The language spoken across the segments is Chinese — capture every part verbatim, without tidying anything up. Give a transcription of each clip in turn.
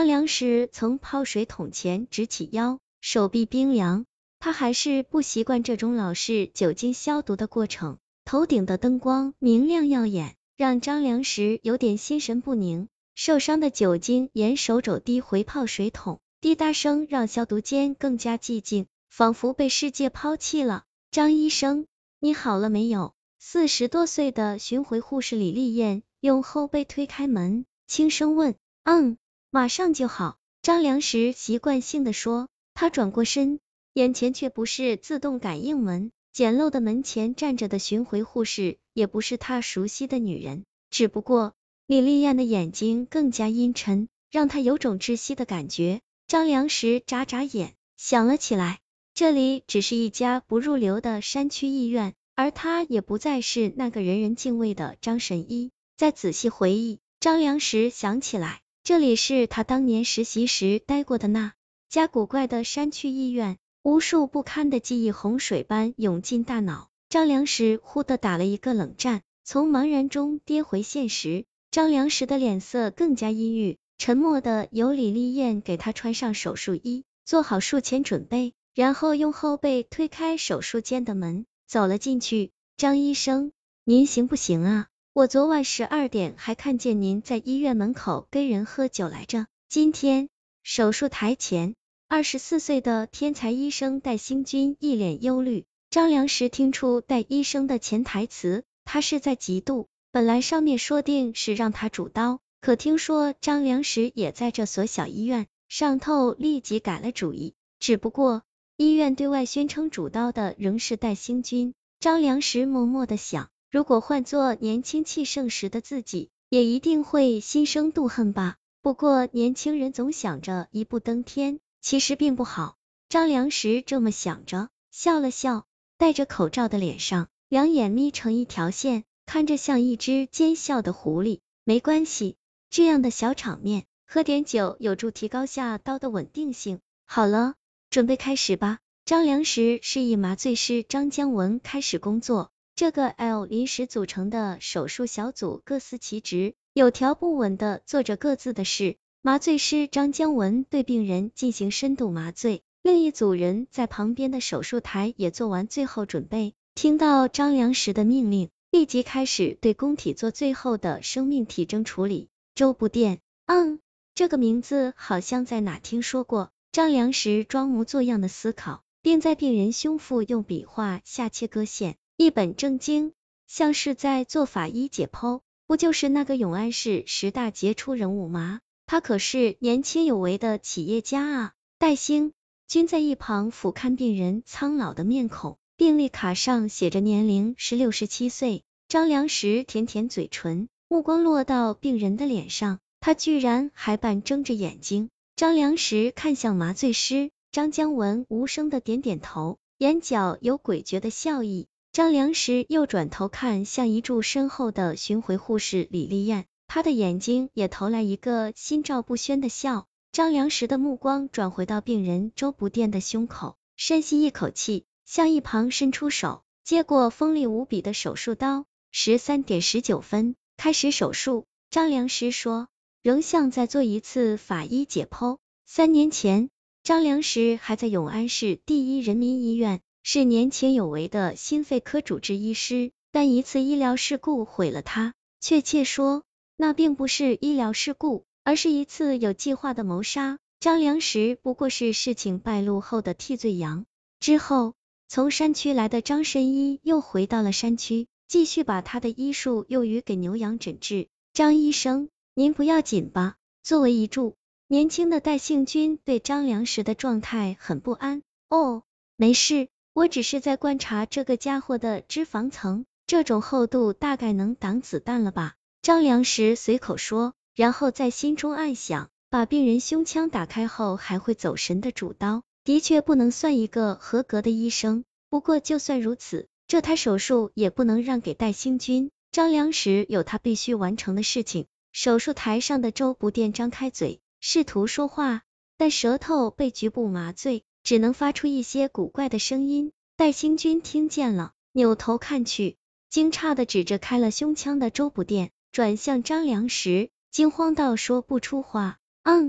张良石从泡水桶前直起腰，手臂冰凉，他还是不习惯这种老式酒精消毒的过程。头顶的灯光明亮耀眼，让张良石有点心神不宁。受伤的酒精沿手肘滴回泡水桶，滴答声让消毒间更加寂静，仿佛被世界抛弃了。张医生，你好了没有？四十多岁的巡回护士李丽燕用后背推开门，轻声问。嗯，马上就好。张良石习惯性的说。他转过身，眼前却不是自动感应门，简陋的门前站着的巡回护士也不是他熟悉的女人，只不过李丽燕的眼睛更加阴沉，让他有种窒息的感觉。张良石眨眨眼，想了起来，这里只是一家不入流的山区医院，而他也不再是那个人人敬畏的张神医。再仔细回忆，张良石想起来，这里是他当年实习时待过的那家古怪的山区医院，无数不堪的记忆洪水般涌进大脑。张良石忽地打了一个冷战，从茫然中跌回现实。张良石的脸色更加阴郁，沉默的由李丽燕给他穿上手术衣，做好术前准备，然后用后背推开手术间的门，走了进去。张医生，您行不行啊？我昨晚十二点还看见您在医院门口跟人喝酒来着。今天手术台前，二十四岁的天才医生戴兴军一脸忧虑。张良石听出戴医生的潜台词，他是在嫉妒。本来上面说定是让他主刀，可听说张良石也在这所小医院，上头立即改了主意。只不过医院对外宣称主刀的仍是戴兴军。张良石默默的想，如果换作年轻气盛时的自己，也一定会心生妒恨吧。不过年轻人总想着一步登天，其实并不好。张良石这么想着，笑了笑，戴着口罩的脸上，两眼眯成一条线，看着像一只奸笑的狐狸。没关系，这样的小场面，喝点酒有助提高下刀的稳定性。好了，准备开始吧。张良石示意麻醉师张姜文开始工作。这个 L 临时组成的手术小组各司其职，有条不紊的做着各自的事。麻醉师张姜文对病人进行深度麻醉，另一组人在旁边的手术台也做完最后准备。听到张良石的命令，立即开始对宫体做最后的生命体征处理。周不电，嗯，这个名字好像在哪听说过。张良石装模作样的思考，并在病人胸腹用笔画下切割线，一本正经，像是在做法医解剖。不就是那个永安市十大杰出人物吗？他可是年轻有为的企业家啊。戴兴军在一旁俯瞰病人苍老的面孔，病历卡上写着年龄是六十七岁。张良石舔舔嘴唇，目光落到病人的脸上，他居然还半睁着眼睛。张良石看向麻醉师张姜文，无声的点点头，眼角有诡谲的笑意。张良石又转头看向一柱身后的巡回护士李丽燕，他的眼睛也投来一个心照不宣的笑。张良石的目光转回到病人周不电的胸口，深吸一口气，向一旁伸出手，接过锋利无比的手术刀。十三点十九分，开始手术。张良石说，仍像在做一次法医解剖。三年前，张良石还在永安市第一人民医院，是年轻有为的心肺科主治医师，但一次医疗事故毁了他。确切说，那并不是医疗事故，而是一次有计划的谋杀。张良石不过是事情败露后的替罪羊。之后，从山区来的张神医又回到了山区，继续把他的医术用于给牛羊诊治。张医生，您不要紧吧？作为一柱，年轻的戴兴军对张良石的状态很不安。哦，没事，我只是在观察这个家伙的脂肪层，这种厚度大概能挡子弹了吧？张良石随口说，然后在心中暗想，把病人胸腔打开后还会走神的主刀，的确不能算一个合格的医生。不过就算如此，这台手术也不能让给戴兴军。张良石有他必须完成的事情。手术台上的周不电张开嘴，试图说话，但舌头被局部麻醉，只能发出一些古怪的声音。戴兴军听见了，扭头看去，惊诧的指着开了胸腔的周不电，转向张良石，惊慌到说不出话。嗯，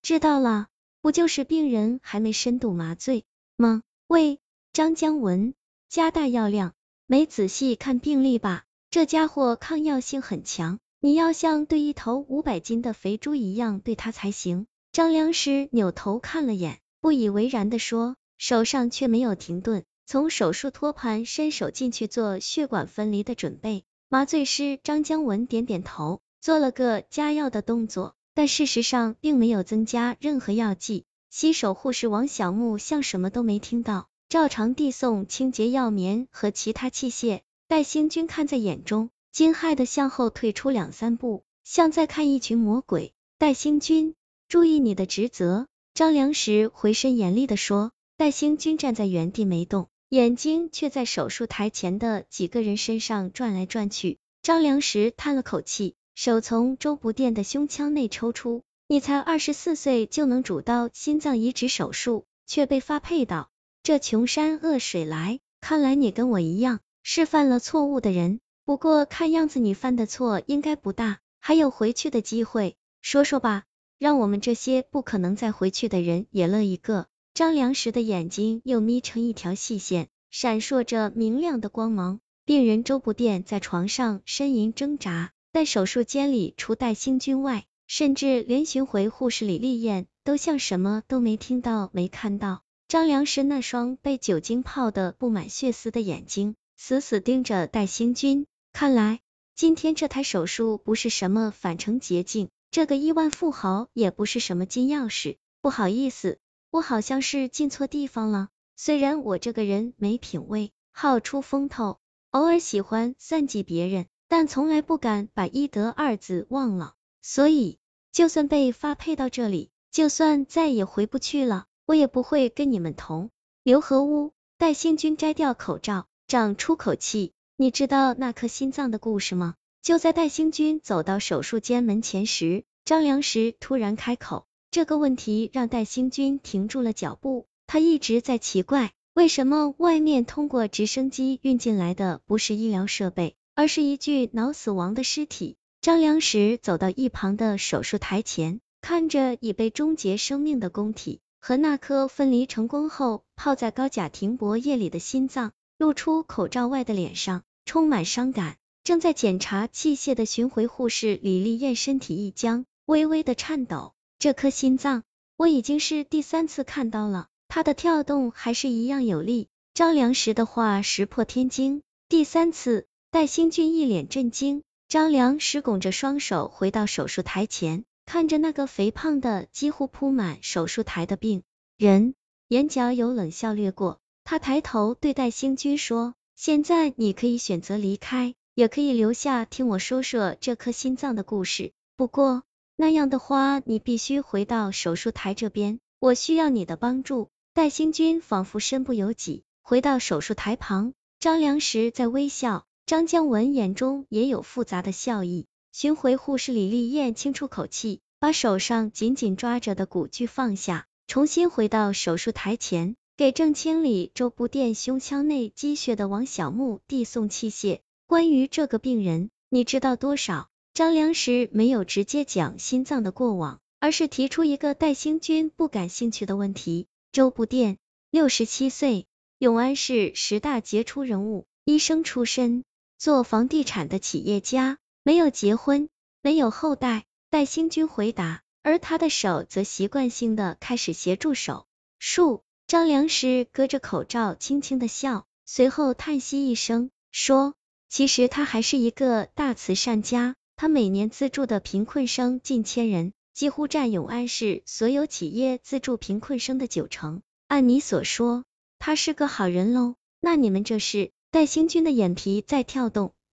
知道了，不就是病人还没深度麻醉吗？喂，张姜文，加大药量，没仔细看病历吧？这家伙抗药性很强，你要像对一头五百斤的肥猪一样对他才行。张良石扭头看了眼，不以为然地说，手上却没有停顿，从手术托盘伸手进去做血管分离的准备。麻醉师张姜文点点头，做了个加药的动作，但事实上并没有增加任何药剂。洗手护士王小木像什么都没听到，照常递送清洁药棉和其他器械。戴兴军看在眼中，惊骇的向后退出两三步，像在看一群魔鬼。戴兴军，注意你的职责，张良石回身严厉地说。戴兴军站在原地没动，眼睛却在手术台前的几个人身上转来转去。张良石叹了口气，手从周不电的胸腔内抽出，你才二十四岁就能主刀心脏移植手术，却被发配到这穷山恶水来，看来你跟我一样是犯了错误的人，不过看样子你犯的错应该不大，还有回去的机会，说说吧，让我们这些不可能再回去的人也乐一个。张良石的眼睛又眯成一条细线，闪烁着明亮的光芒。病人周不电在床上呻吟挣扎，但手术间里除戴兴军外，甚至连巡回护士李丽燕都像什么都没听到没看到。张良石那双被酒精泡得布满血丝的眼睛死死盯着戴兴军，看来今天这台手术不是什么返程捷径，这个亿万富豪也不是什么金钥匙。不好意思，我好像是进错地方了，虽然我这个人没品位，好出风头，偶尔喜欢算计别人，但从来不敢把医德二字忘了，所以就算被发配到这里，就算再也回不去了，我也不会跟你们同流合污。戴兴军摘掉口罩，长出口气，你知道那颗心脏的故事吗？就在戴兴军走到手术间门前时，张良石突然开口，这个问题让戴兴军停住了脚步，他一直在奇怪，为什么外面通过直升机运进来的不是医疗设备，而是一具脑死亡的尸体。张良石走到一旁的手术台前，看着已被终结生命的宫体和那颗分离成功后泡在高钾停泊液里的心脏，露出口罩外的脸上充满伤感。正在检查器械的巡回护士李丽燕身体一僵，微微的颤抖。这颗心脏，我已经是第三次看到了，它的跳动还是一样有力。张良石的话石破天惊，第三次？戴兴军一脸震惊。张良石拱着双手回到手术台前，看着那个肥胖的几乎铺满手术台的病人，眼角有冷笑掠过。他抬头对戴兴军说，现在你可以选择离开，也可以留下听我说说这颗心脏的故事，不过那样的话你必须回到手术台这边，我需要你的帮助。戴兴军仿佛身不由己，回到手术台旁，张良石在微笑，张姜文眼中也有复杂的笑意。巡回护士李丽燕轻出口气，把手上紧紧抓着的骨锯放下，重新回到手术台前，给正清理周不电胸腔内积血的王小木递送器械。关于这个病人，你知道多少？张良石没有直接讲心脏的过往，而是提出一个戴兴军不感兴趣的问题。周不电，六十七岁，永安市十大杰出人物，医生出身，做房地产的企业家，没有结婚，没有后代。戴兴军回答，而他的手则习惯性的开始协助手术。张良石隔着口罩轻轻的笑，随后叹息一声，说，其实他还是一个大慈善家，他每年资助的贫困生近千人，几乎占永安市所有企业资助贫困生的九成。按你所说，他是个好人喽？那你们这是？戴兴军的眼皮在跳动，